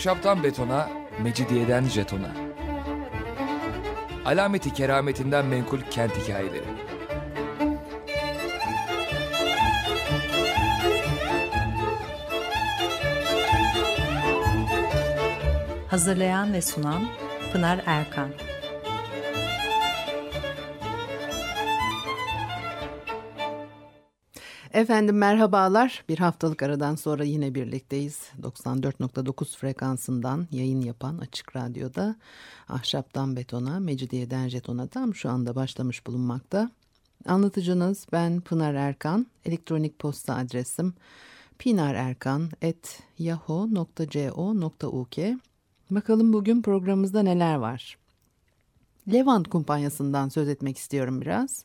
Ahşaptan betona, mecidiyeden jetona. Alameti kerametinden menkul kent hikayeleri. Hazırlayan ve sunan Pınar Erkan. Efendim merhabalar. Bir haftalık aradan sonra yine birlikteyiz. 94.9 frekansından yayın yapan Açık Radyo'da Ahşaptan Betona, Mecidiyeden Jeton'a tam şu anda başlamış bulunmakta. Anlatıcınız ben Pınar Erkan. Elektronik posta adresim pinarerkan@yahoo.co.uk. Bakalım bugün programımızda neler var? Levant Kumpanyası'ndan söz etmek istiyorum biraz.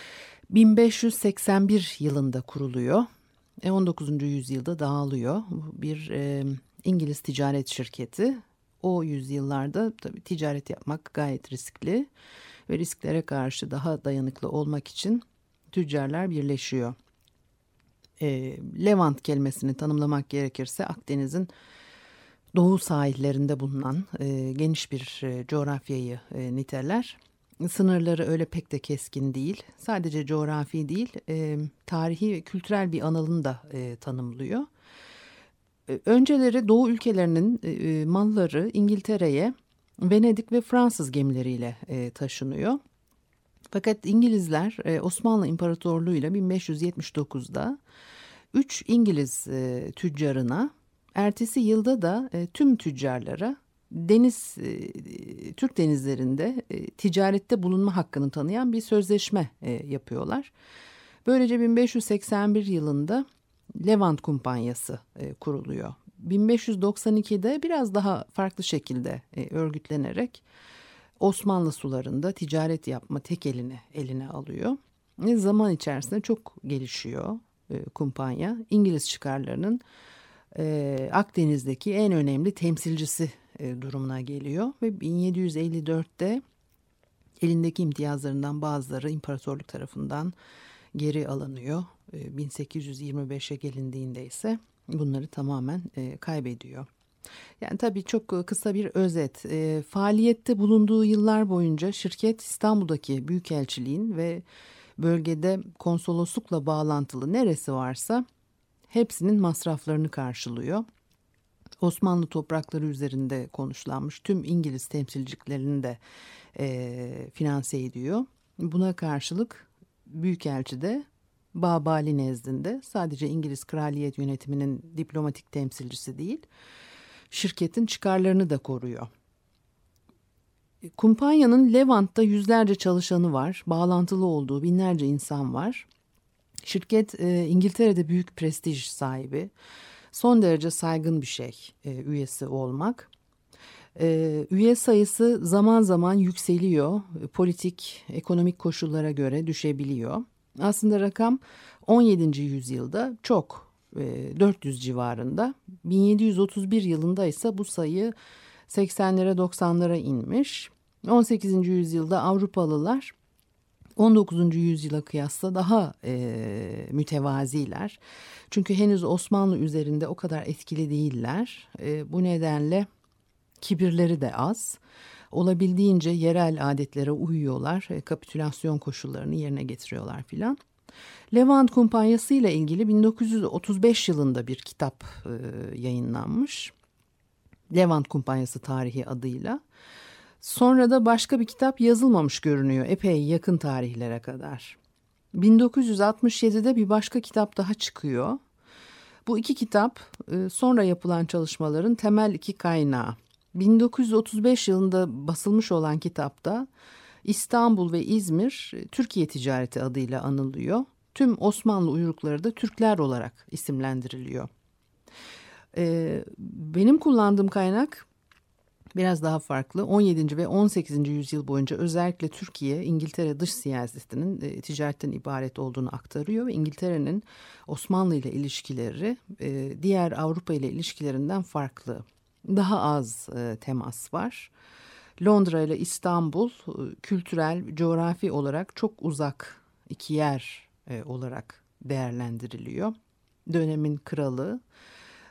1581 yılında kuruluyor. 19. yüzyılda dağılıyor. Bir İngiliz ticaret şirketi. O yüzyıllarda tabii ticaret yapmak gayet riskli ve risklere karşı daha dayanıklı olmak için tüccarlar birleşiyor. Levant kelimesini tanımlamak gerekirse Akdeniz'in doğu sahillerinde bulunan geniş bir coğrafyayı niteler. Sınırları öyle pek de keskin değil. Sadece coğrafi değil, tarihi ve kültürel bir alanını da tanımlıyor. Önceleri Doğu ülkelerinin malları İngiltere'ye Venedik ve Fransız gemileriyle taşınıyor. Fakat İngilizler Osmanlı İmparatorluğu ile 1579'da 3 İngiliz tüccarına, ertesi yılda da tüm tüccarlara Türk denizlerinde ticarette bulunma hakkını tanıyan bir sözleşme yapıyorlar. Böylece 1581 yılında Levant Kumpanyası kuruluyor. 1592'de biraz daha farklı şekilde örgütlenerek Osmanlı sularında ticaret yapma tek eline alıyor. Zaman içerisinde çok gelişiyor kumpanya. İngiliz çıkarlarının Akdeniz'deki en önemli temsilcisi durumuna geliyor ve 1754'te elindeki imtiyazlarından bazıları imparatorluk tarafından geri alınıyor. 1825'e gelindiğinde ise bunları tamamen kaybediyor. Yani tabii çok kısa bir özet. Faaliyette bulunduğu yıllar boyunca şirket İstanbul'daki büyükelçiliğin ve bölgede konsoloslukla bağlantılı neresi varsa hepsinin masraflarını karşılıyor. Osmanlı toprakları üzerinde konuşlanmış tüm İngiliz temsilciliklerini de finanse ediyor. Buna karşılık Büyükelçi de Babali nezdinde sadece İngiliz kraliyet yönetiminin diplomatik temsilcisi değil, şirketin çıkarlarını da koruyor. Kumpanyanın Levant'ta yüzlerce çalışanı var, bağlantılı olduğu binlerce insan var. Şirket İngiltere'de büyük prestij sahibi. Son derece saygın bir şey üyesi olmak. Üye sayısı zaman zaman yükseliyor. Politik, ekonomik koşullara göre düşebiliyor. Aslında rakam 17. yüzyılda çok 400 civarında. 1731 yılında ise bu sayı 80'lere 90'lara inmiş. 18. yüzyılda Avrupalılar 19. yüzyıla kıyasla daha mütevaziler. Çünkü henüz Osmanlı üzerinde o kadar etkili değiller. Bu nedenle kibirleri de az. Olabildiğince yerel adetlere uyuyorlar. Kapitülasyon koşullarını yerine getiriyorlar filan. Levant Kumpanyası ile ilgili 1935 yılında bir kitap yayınlanmış. Levant Kumpanyası Tarihi adıyla. Sonra da başka bir kitap yazılmamış görünüyor epey yakın tarihlere kadar. 1967'de bir başka kitap daha çıkıyor. Bu iki kitap sonra yapılan çalışmaların temel iki kaynağı. 1935 yılında basılmış olan kitapta İstanbul ve İzmir Türkiye ticareti adıyla anılıyor. Tüm Osmanlı uyrukları da Türkler olarak isimlendiriliyor. Benim kullandığım kaynak biraz daha farklı. 17. ve 18. yüzyıl boyunca özellikle Türkiye, İngiltere dış siyasetinin ticaretten ibaret olduğunu aktarıyor ve İngiltere'nin Osmanlı ile ilişkileri diğer Avrupa ile ilişkilerinden farklı. Daha az temas var. Londra ile İstanbul kültürel, coğrafi olarak çok uzak iki yer olarak değerlendiriliyor. Dönemin kralı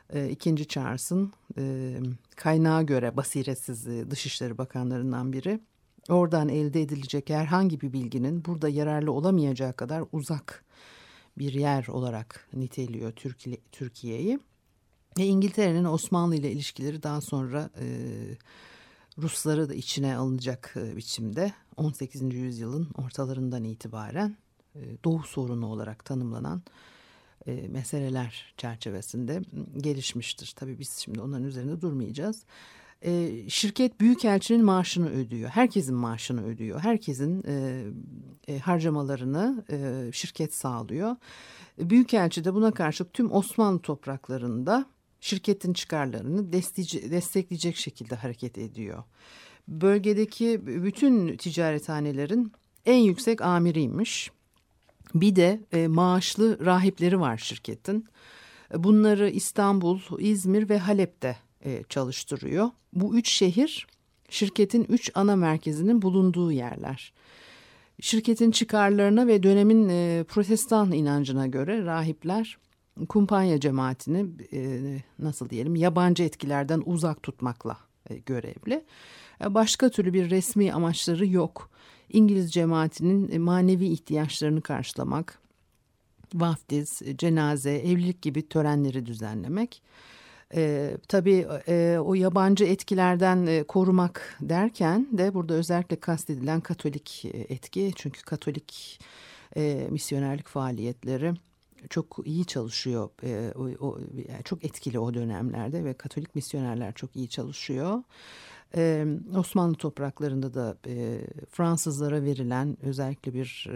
II. Charles'ın kaynağa göre basiretsiz Dışişleri Bakanlarından biri. Oradan elde edilecek herhangi bir bilginin burada yararlı olamayacağı kadar uzak bir yer olarak niteliyor Türkiye'yi. Ve İngiltere'nin Osmanlı ile ilişkileri daha sonra Rusları da içine alınacak biçimde 18. yüzyılın ortalarından itibaren Doğu sorunu olarak tanımlanan meseleler çerçevesinde gelişmiştir. Tabii biz şimdi onların üzerinde durmayacağız. Şirket büyükelçinin maaşını ödüyor. Herkesin maaşını ödüyor. Herkesin harcamalarını şirket sağlıyor. Büyükelçi de buna karşılık tüm Osmanlı topraklarında şirketin çıkarlarını destekleyecek şekilde hareket ediyor. Bölgedeki bütün ticarethanelerin en yüksek amiriymiş. Bir de maaşlı rahipleri var şirketin. Bunları İstanbul, İzmir ve Halep'te çalıştırıyor. Bu 3 şehir şirketin 3 ana merkezinin bulunduğu yerler. Şirketin çıkarlarına ve dönemin Protestan inancına göre rahipler kumpanya cemaatini nasıl diyelim yabancı etkilerden uzak tutmakla görevli. Başka türlü bir resmi amaçları yok. İngiliz cemaatinin manevi ihtiyaçlarını karşılamak, vaftiz, cenaze, evlilik gibi törenleri düzenlemek. Tabii o yabancı etkilerden korumak derken de burada özellikle kastedilen Katolik etki. Çünkü Katolik misyonerlik faaliyetleri çok iyi çalışıyor. Çok etkili o dönemlerde ve Katolik misyonerler çok iyi çalışıyor. Osmanlı topraklarında da Fransızlara verilen özellikle bir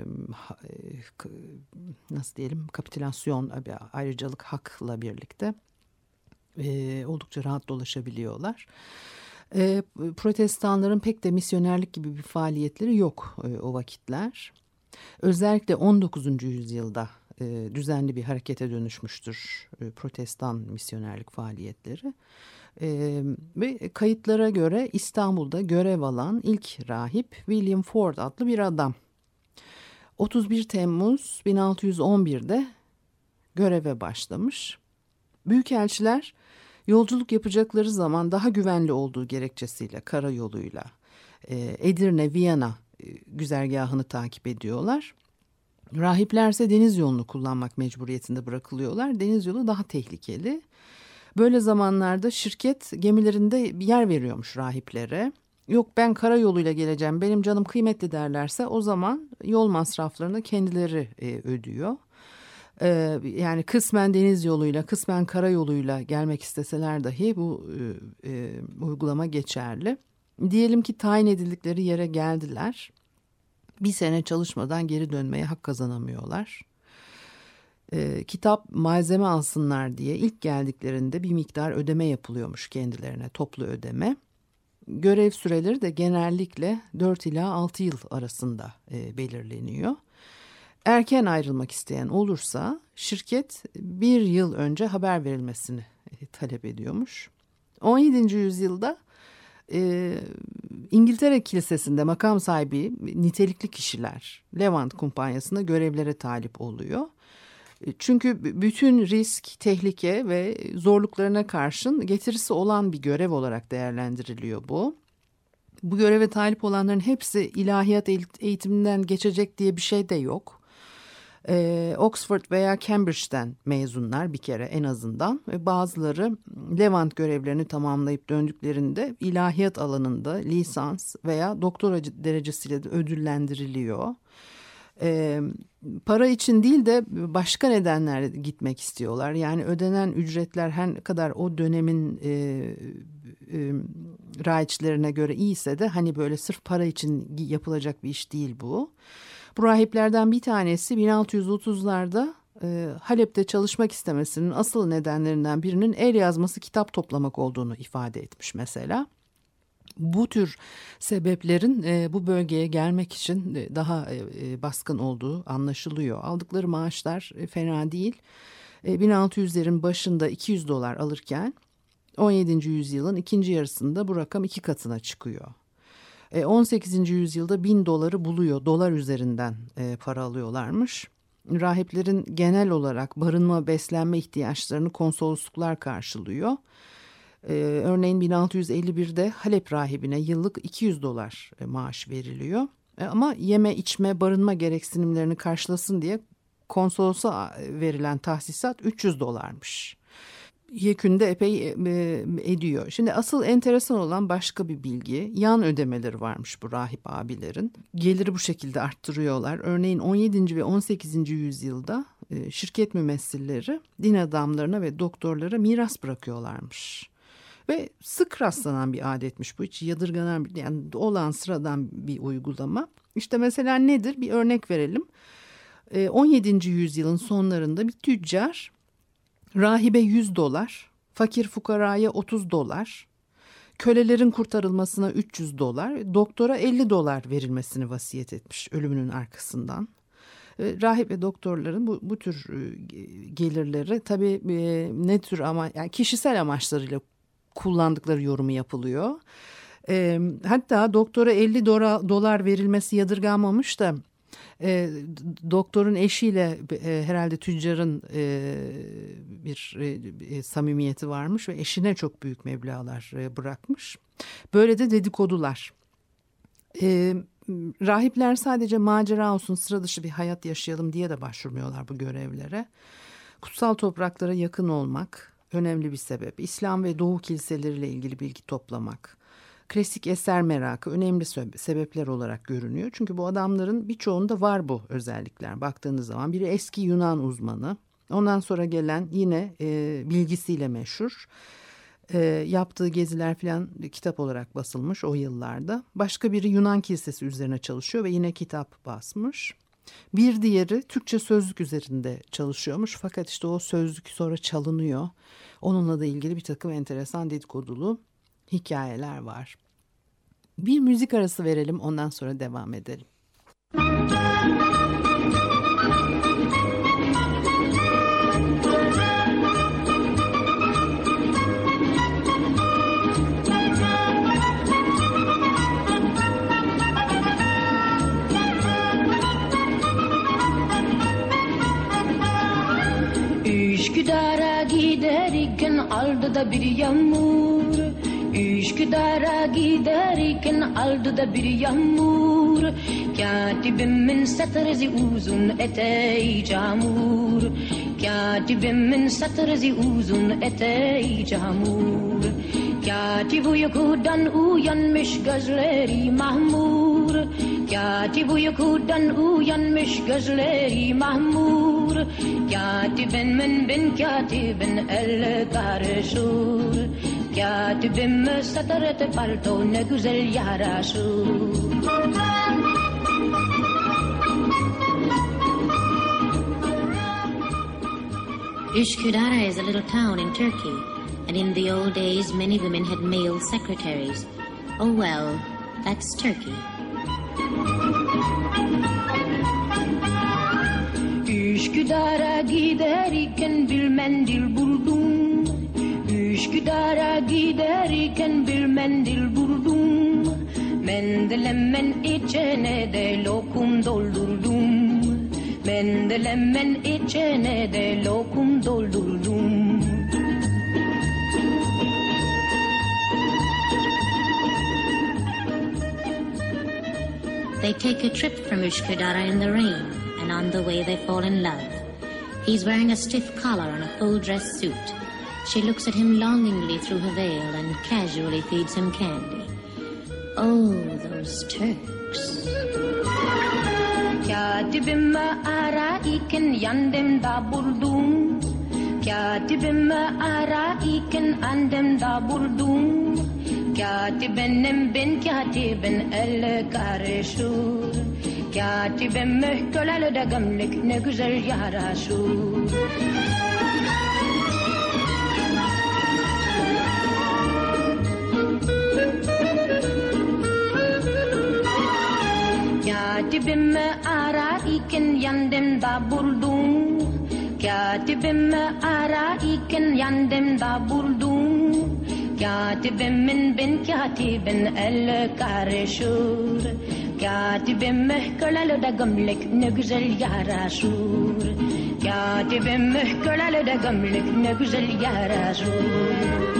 nasıl diyelim kapitülasyon, ayrıcalık hakla birlikte oldukça rahat dolaşabiliyorlar. Protestanların pek de misyonerlik gibi bir faaliyetleri yok o vakitler. Özellikle 19. yüzyılda düzenli bir harekete dönüşmüştür Protestan misyonerlik faaliyetleri. Ve kayıtlara göre İstanbul'da görev alan ilk rahip William Ford adlı bir adam. 31 Temmuz 1611'de göreve başlamış. Büyükelçiler yolculuk yapacakları zaman daha güvenli olduğu gerekçesiyle karayoluyla Edirne, Viyana güzergahını takip ediyorlar. Rahiplerse deniz yolunu kullanmak mecburiyetinde bırakılıyorlar. Deniz yolu daha tehlikeli. Böyle zamanlarda şirket gemilerinde bir yer veriyormuş rahiplere. Yok ben karayoluyla geleceğim, benim canım kıymetli derlerse o zaman yol masraflarını kendileri ödüyor. Yani kısmen deniz yoluyla, kısmen karayoluyla gelmek isteseler dahi bu uygulama geçerli. Diyelim ki tayin edildikleri yere geldiler. Bir sene çalışmadan geri dönmeye hak kazanamıyorlar. Kitap malzeme alsınlar diye ilk geldiklerinde bir miktar ödeme yapılıyormuş kendilerine, toplu ödeme. Görev süreleri de genellikle 4 ila 6 yıl arasında belirleniyor. Erken ayrılmak isteyen olursa şirket 1 yıl önce haber verilmesini talep ediyormuş. 17. yüzyılda İngiltere Kilisesi'nde makam sahibi nitelikli kişiler Levant Kumpanyası'nda görevlere talip oluyor. Çünkü bütün risk, tehlike ve zorluklarına karşın getirisi olan bir görev olarak değerlendiriliyor bu. Bu göreve talip olanların hepsi ilahiyat eğitiminden geçecek diye bir şey de yok. Oxford veya Cambridge'den mezunlar bir kere en azından ve bazıları Levant görevlerini tamamlayıp döndüklerinde ilahiyat alanında lisans veya doktora derecesiyle de ödüllendiriliyor. Para için değil de başka nedenlerle gitmek istiyorlar. Yani ödenen ücretler her ne kadar o dönemin raiçlerine göre iyiyse de hani böyle sırf para için yapılacak bir iş değil bu. Bu rahiplerden bir tanesi 1630'larda Halep'te çalışmak istemesinin asıl nedenlerinden birinin el yazması kitap toplamak olduğunu ifade etmiş mesela. Bu tür sebeplerin bu bölgeye gelmek için daha baskın olduğu anlaşılıyor. Aldıkları maaşlar fena değil. 1600'lerin başında $200 alırken 17. yüzyılın ikinci yarısında bu rakam 2 katına çıkıyor. 18. yüzyılda $1000 buluyor. Dolar üzerinden para alıyorlarmış. rahiplerin genel olarak barınma, beslenme ihtiyaçlarını konsolosluklar karşılıyor. Örneğin 1651'de Halep rahibine yıllık $200 maaş veriliyor. Ama yeme, içme, barınma gereksinimlerini karşılasın diye konsolosa verilen tahsisat $300'mış. Yekünde epey ediyor. Şimdi asıl enteresan olan başka bir bilgi. Yan ödemeleri varmış bu rahip abilerin. Geliri bu şekilde arttırıyorlar. Örneğin 17. ve 18. yüzyılda şirket mümessilleri din adamlarına ve doktorlara miras bırakıyorlarmış. Ve sık rastlanan bir adetmiş bu. Hiç yadırganan, yani olan sıradan bir uygulama. İşte mesela nedir? Bir örnek verelim. 17. yüzyılın sonlarında bir tüccar rahibe $100, fakir fukaraya $30, kölelerin kurtarılmasına $300, doktora $50 verilmesini vasiyet etmiş ölümünün arkasından. Rahip ve doktorların bu tür gelirleri tabii ne tür ama yani kişisel amaçlarıyla kullandıkları yorumu yapılıyor. Hatta doktora $50 verilmesi yadırganmamış da doktorun eşiyle herhalde tüccarın bir samimiyeti varmış ve eşine çok büyük meblağlar bırakmış. Böyle de dedikodular. Rahipler sadece macera olsun, sıra dışı bir hayat yaşayalım diye de başvurmuyorlar bu görevlere. Kutsal topraklara yakın olmak önemli bir sebep. İslam ve Doğu kiliseleriyle ilgili bilgi toplamak, klasik eser merakı önemli sebepler olarak görünüyor. Çünkü bu adamların birçoğunda var bu özellikler. Baktığınız zaman biri eski Yunan uzmanı, ondan sonra gelen yine bilgisiyle meşhur. Yaptığı geziler falan kitap olarak basılmış o yıllarda. Başka biri Yunan kilisesi üzerine çalışıyor ve yine kitap basmış. Bir diğeri Türkçe sözlük üzerinde çalışıyormuş. Fakat işte o sözlük sonra çalınıyor. Onunla da ilgili bir takım enteresan dedikodulu hikayeler var. Bir müzik arası verelim, ondan sonra devam edelim. Üsküdar'a giderken aldı da bir yağmur. Üsküdar'a giderken aldı da bir yağmur. Katibimin satırızı uzun eteği camur. Katibimin satırızı uzun eteği camur. Katip uykudan uyanmış gözleri mahmur. Katip uykudan uyanmış gözleri mahmur. Katibimin bin katibin el karışır. Katibime satırete palto ne güzel yaraşır. Üsküdar is a little town in Turkey, and in the old days many women had male secretaries. Oh well, that's Turkey. Üsküdar'a giderken bir mendil buldum. Üsküdar'a giderken bir mendil buldum. Mendelemen içine de lokum doldurdum. Mendelemen içine de lokum doldurdum. They take a trip from Üsküdar in the rain, and on the way they fall in love. He's wearing a stiff collar and a full dress suit. She looks at him longingly through her veil and casually feeds him candy. Oh, those Turks. Katibime ararken yanımda buldum. Katibime ararken andemda buldum. Katibenim ben katibin el karışır. Katibime köleli de gömlek ne güzel yaraşır. Katibime ararken yanımda buldum. Katibime ararken yanımda buldum. Katibimin bin katibin el karışır. Katibime kölälle de gömlek ne güzel yaraşur. Katibime kölälle de gömlek ne güzel yaraşur.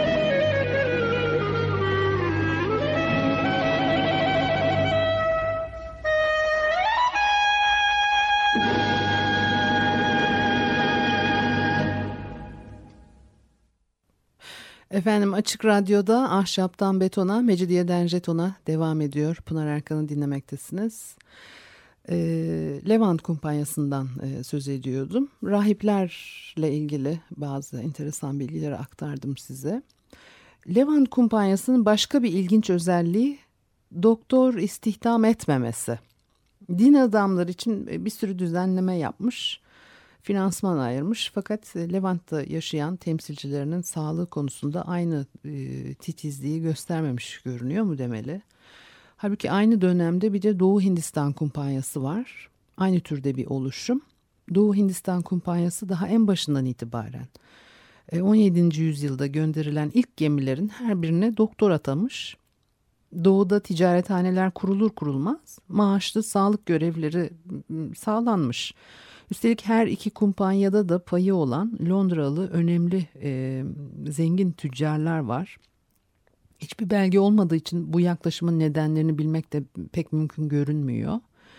Efendim Açık Radyo'da Ahşaptan Betona, Mecidiyeden Jeton'a devam ediyor. Pınar Erkan'ı dinlemektesiniz. Levant Kumpanyası'ndan söz ediyordum. Rahiplerle ilgili bazı enteresan bilgileri aktardım size. Levant Kumpanyası'nın başka bir ilginç özelliği doktor istihdam etmemesi. Din adamları için bir sürü düzenleme yapmış, finansman ayırmış, fakat Levant'ta yaşayan temsilcilerinin sağlığı konusunda aynı titizliği göstermemiş görünüyor mu demeli. Halbuki aynı dönemde bir de Doğu Hindistan Kumpanyası var. Aynı türde bir oluşum. Doğu Hindistan Kumpanyası daha en başından itibaren 17. yüzyılda gönderilen ilk gemilerin her birine doktor atamış. Doğuda ticarethaneler kurulur kurulmaz maaşlı sağlık görevlileri sağlanmış. Üstelik her iki kumpanyada da payı olan Londralı önemli zengin tüccarlar var. Hiçbir belge olmadığı için bu yaklaşımın nedenlerini bilmek de pek mümkün görünmüyor.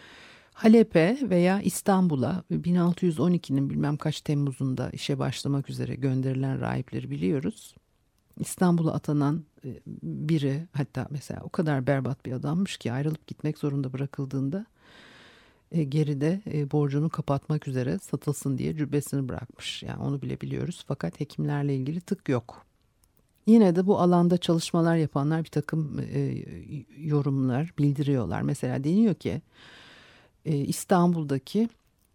Halep'e veya İstanbul'a 1612'nin bilmem kaç Temmuz'unda işe başlamak üzere gönderilen rahipleri biliyoruz. İstanbul'a atanan biri, hatta mesela o kadar berbat bir adammış ki ayrılıp gitmek zorunda bırakıldığında geride borcunu kapatmak üzere satılsın diye cübbesini bırakmış. Yani onu bile biliyoruz, fakat hekimlerle ilgili tık yok. Yine de bu alanda çalışmalar yapanlar bir takım yorumlar bildiriyorlar. Mesela deniyor ki İstanbul'daki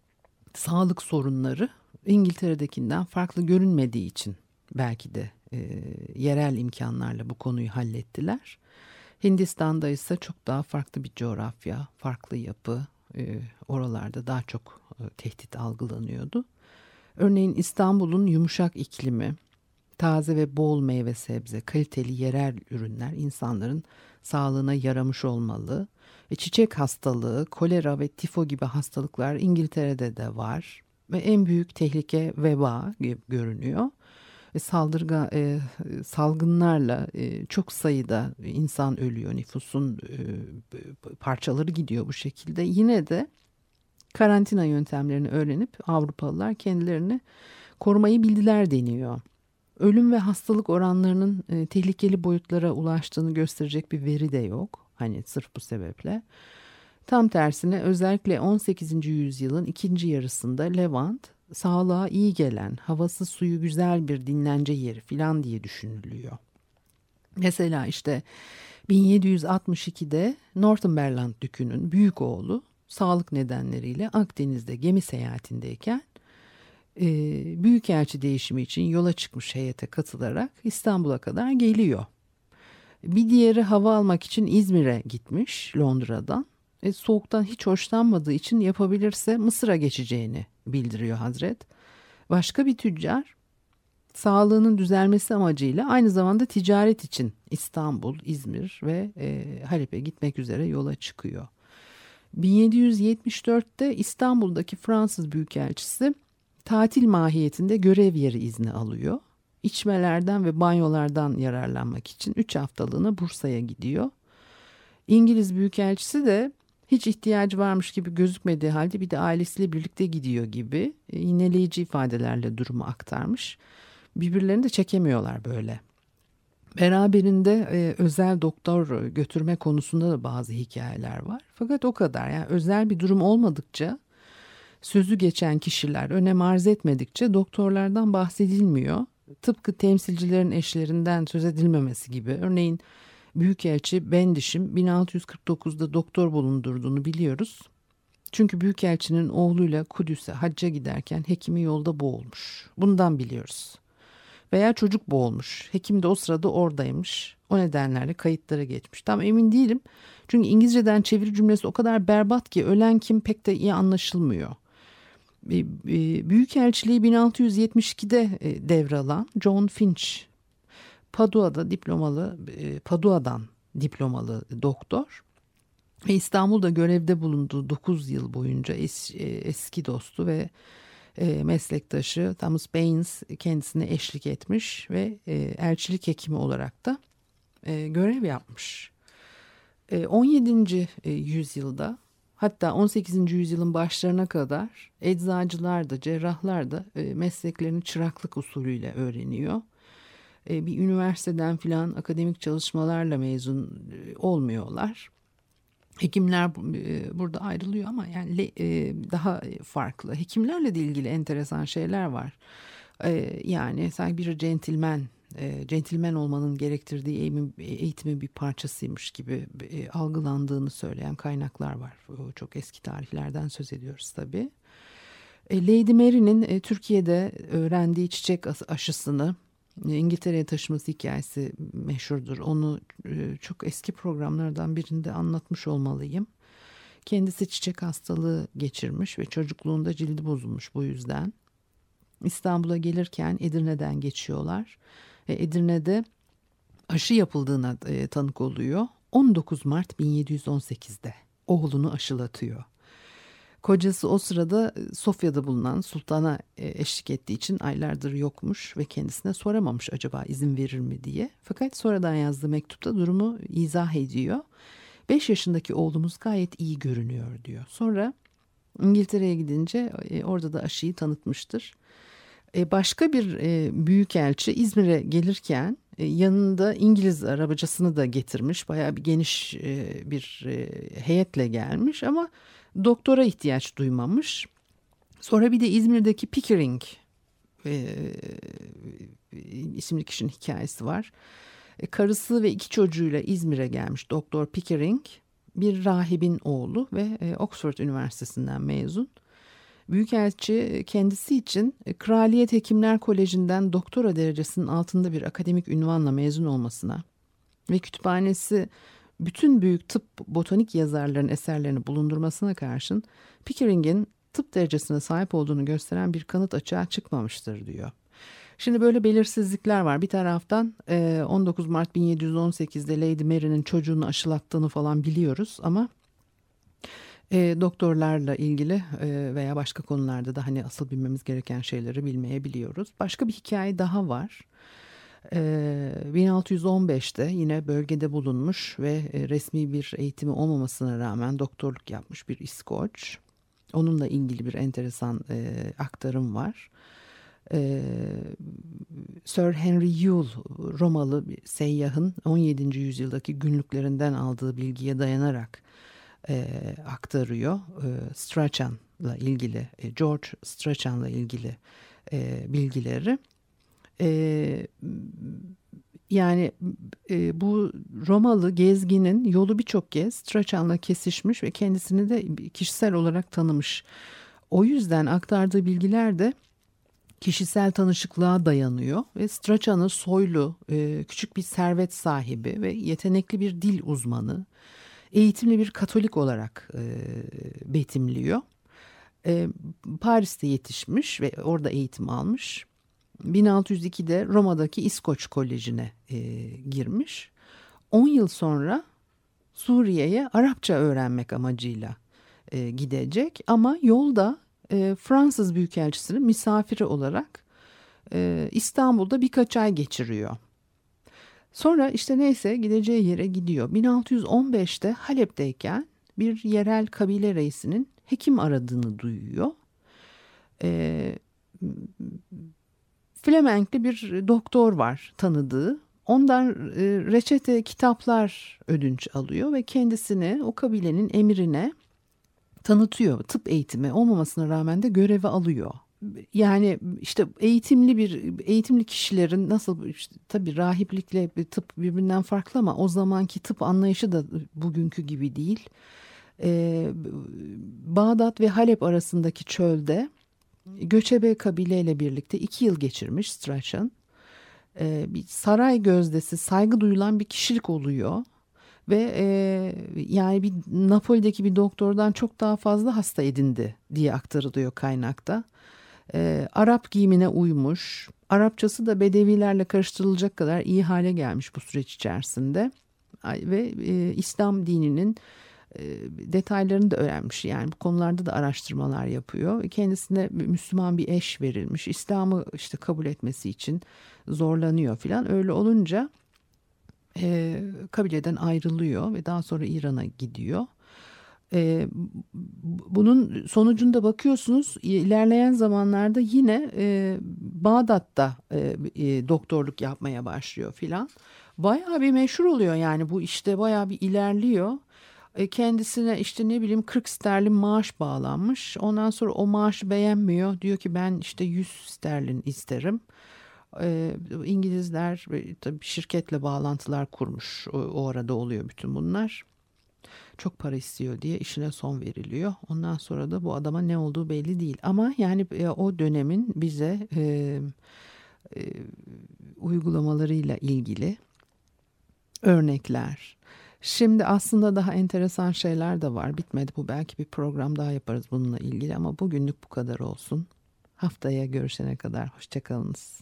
sağlık sorunları İngiltere'dekinden farklı görünmediği için belki de yerel imkanlarla bu konuyu hallettiler. Hindistan'da ise çok daha farklı bir coğrafya, farklı yapı, oralarda daha çok tehdit algılanıyordu. Örneğin İstanbul'un yumuşak iklimi, taze ve bol meyve sebze, kaliteli yerel ürünler insanların sağlığına yaramış olmalı. Çiçek hastalığı, kolera ve tifo gibi hastalıklar İngiltere'de de var. Ve en büyük tehlike veba gibi görünüyor. Salgınlarla çok sayıda insan ölüyor, nüfusun parçaları gidiyor bu şekilde. Yine de karantina yöntemlerini öğrenip Avrupalılar kendilerini korumayı bildiler deniyor. Ölüm ve hastalık oranlarının tehlikeli boyutlara ulaştığını gösterecek bir veri de yok. Hani sırf bu sebeple. Tam tersine özellikle 18. yüzyılın ikinci yarısında Levant sağlığa iyi gelen, havası suyu güzel bir dinlence yeri falan diye düşünülüyor. Mesela işte 1762'de Northumberland Dükü'nün büyük oğlu sağlık nedenleriyle Akdeniz'de gemi seyahatindeyken büyükelçi değişimi için yola çıkmış heyete katılarak İstanbul'a kadar geliyor. Bir diğeri hava almak için İzmir'e gitmiş Londra'dan. Soğuktan hiç hoşlanmadığı için yapabilirse Mısır'a geçeceğini bildiriyor Hazret. Başka bir tüccar sağlığının düzelmesi amacıyla aynı zamanda ticaret için İstanbul, İzmir ve Halep'e gitmek üzere yola çıkıyor. 1774'te İstanbul'daki Fransız Büyükelçisi tatil mahiyetinde görev yeri izni alıyor. İçmelerden ve banyolardan yararlanmak için 3 haftalığına Bursa'ya gidiyor. İngiliz Büyükelçisi de hiç ihtiyacı varmış gibi gözükmediği halde bir de ailesiyle birlikte gidiyor gibi iğneleyici ifadelerle durumu aktarmış. Birbirlerini de çekemiyorlar böyle. Beraberinde özel doktor götürme konusunda da bazı hikayeler var. Fakat o kadar, yani özel bir durum olmadıkça, sözü geçen kişiler önem arz etmedikçe doktorlardan bahsedilmiyor. Tıpkı temsilcilerin eşlerinden söz edilmemesi gibi. Örneğin Büyükelçi Bendiş'in 1649'da doktor bulundurduğunu biliyoruz. Çünkü Büyükelçinin oğluyla Kudüs'e hacca giderken hekimi yolda boğulmuş. Bundan biliyoruz. Veya çocuk boğulmuş. Hekim de o sırada oradaymış. O nedenlerle kayıtlara geçmiş. Tam emin değilim. Çünkü İngilizceden çeviri cümlesi o kadar berbat ki ölen kim pek de iyi anlaşılmıyor. Büyükelçiliği 1672'de devralan John Finch, Padua'dan diplomalı doktor. İstanbul'da görevde bulunduğu 9 yıl boyunca eski dostu ve meslektaşı Thomas Baynes kendisine eşlik etmiş ve elçilik hekimi olarak da görev yapmış. 17. yüzyılda, hatta 18. yüzyılın başlarına kadar eczacılar da cerrahlar da mesleklerini çıraklık usulüyle öğreniyor. Bir üniversiteden filan akademik çalışmalarla mezun olmuyorlar. Hekimler burada ayrılıyor ama yani daha farklı. Hekimlerle de ilgili enteresan şeyler var. Yani sanki bir centilmen olmanın gerektirdiği eğitimin bir parçasıymış gibi algılandığını söyleyen kaynaklar var. Çok eski tarihlerden söz ediyoruz tabii. Lady Mary'nin Türkiye'de öğrendiği çiçek aşısını İngiltere'ye taşıması hikayesi meşhurdur. Onu çok eski programlardan birinde anlatmış olmalıyım. Kendisi çiçek hastalığı geçirmiş ve çocukluğunda cildi bozulmuş bu yüzden. İstanbul'a gelirken Edirne'den geçiyorlar. Edirne'de aşı yapıldığına tanık oluyor. 19 Mart 1718'de oğlunu aşılatıyor. Kocası o sırada Sofya'da bulunan sultana eşlik ettiği için aylardır yokmuş ve kendisine soramamış acaba izin verir mi diye. Fakat sonradan yazdığı mektupta durumu izah ediyor. 5 yaşındaki oğlumuz gayet iyi görünüyor diyor. Sonra İngiltere'ye gidince orada da aşıyı tanıtmıştır. Başka bir büyükelçi İzmir'e gelirken yanında İngiliz arabacısını da getirmiş. Bayağı bir geniş bir heyetle gelmiş ama doktora ihtiyaç duymamış. Sonra bir de İzmir'deki Pickering isimli kişinin hikayesi var. Karısı ve 2 çocuğuyla İzmir'e gelmiş Doktor Pickering, bir rahibin oğlu ve Oxford Üniversitesi'nden mezun. Büyükelçi kendisi için Kraliyet Hekimler Koleji'nden doktora derecesinin altında bir akademik ünvanla mezun olmasına ve kütüphanesi bütün büyük tıp botanik yazarların eserlerini bulundurmasına karşın Pickering'in tıp derecesine sahip olduğunu gösteren bir kanıt açığa çıkmamıştır diyor. Şimdi böyle belirsizlikler var. Bir taraftan 19 Mart 1718'de Lady Mary'nin çocuğunu aşılattığını falan biliyoruz ama doktorlarla ilgili veya başka konularda da hani asıl bilmemiz gereken şeyleri bilmeyebiliyoruz. Başka bir hikaye daha var. 1615'te yine bölgede bulunmuş ve resmi bir eğitimi olmamasına rağmen doktorluk yapmış bir İskoç. Onunla ilgili bir enteresan aktarım var. Sir Henry Yule, Romalı bir seyyahın 17. yüzyıldaki günlüklerinden aldığı bilgiye dayanarak aktarıyor. Strachan'la ilgili, George Strachan'la ilgili bilgileri. Yani bu Romalı gezginin yolu birçok kez Strachan'la kesişmiş ve kendisini de kişisel olarak tanımış. O yüzden aktardığı bilgiler de kişisel tanışıklığa dayanıyor ve Strachan'ı soylu, küçük bir servet sahibi ve yetenekli bir dil uzmanı, eğitimli bir Katolik olarak betimliyor. Paris'te yetişmiş ve orada eğitim almış. 1602'de Roma'daki İskoç Koleji'ne girmiş. 10 yıl sonra Suriye'ye Arapça öğrenmek amacıyla gidecek ama yolda Fransız Büyükelçisi'nin misafiri olarak İstanbul'da birkaç ay geçiriyor. Sonra işte neyse gideceği yere gidiyor. 1615'te Halep'teyken bir yerel kabile reisinin hekim aradığını duyuyor. Flemenkli bir doktor var tanıdığı. Ondan reçete kitaplar ödünç alıyor ve kendisini o kabilenin emirine tanıtıyor. Tıp eğitimi olmamasına rağmen de görevi alıyor. Yani işte eğitimli kişilerin nasıl işte, tabii rahiplikle tıp birbirinden farklı ama o zamanki tıp anlayışı da bugünkü gibi değil. Bağdat ve Halep arasındaki çölde göçebe kabileyle birlikte 2 yıl geçirmiş Strachan. Bir saray gözdesi, saygı duyulan bir kişilik oluyor. Ve yani bir Napoli'deki bir doktordan çok daha fazla hasta edindi diye aktarılıyor kaynakta. Arap giyimine uymuş. Arapçası da Bedevilerle karıştırılacak kadar iyi hale gelmiş bu süreç içerisinde. Ve İslam dininin Detaylarını da öğrenmiş, yani bu konularda da araştırmalar yapıyor. Kendisine Müslüman bir eş verilmiş. İslam'ı işte kabul etmesi için zorlanıyor filan. Öyle olunca kabileden ayrılıyor ve daha sonra İran'a gidiyor. Bunun sonucunda bakıyorsunuz ilerleyen zamanlarda yine Bağdat'ta doktorluk yapmaya başlıyor filan. Bayağı bir meşhur oluyor, yani bu işte bayağı bir ilerliyor. Kendisine işte ne bileyim 40 sterlin maaş bağlanmış. Ondan sonra o maaşı beğenmiyor. Diyor ki ben işte 100 sterlin isterim. İngilizler tabii şirketle bağlantılar kurmuş. O arada oluyor bütün bunlar. Çok para istiyor diye işine son veriliyor. Ondan sonra da bu adama ne olduğu belli değil. Ama yani o dönemin bize uygulamalarıyla ilgili örnekler. Şimdi aslında daha enteresan şeyler de var. Bitmedi bu. Belki bir program daha yaparız bununla ilgili ama bugünlük bu kadar olsun. Haftaya görüşene kadar hoşçakalınız.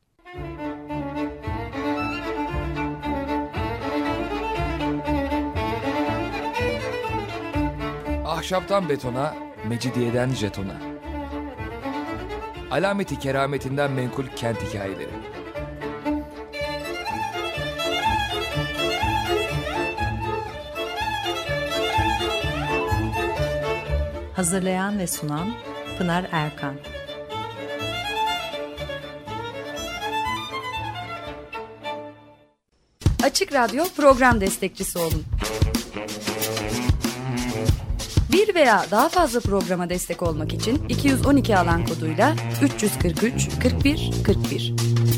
Ahşaptan betona, mecidiyeden jetona. Alameti kerametinden menkul kent hikayeleri. Hazırlayan ve sunan Pınar Erkan. Açık Radyo program destekçisi olun. Bir veya daha fazla programa destek olmak için 212 alan koduyla 343 41 41.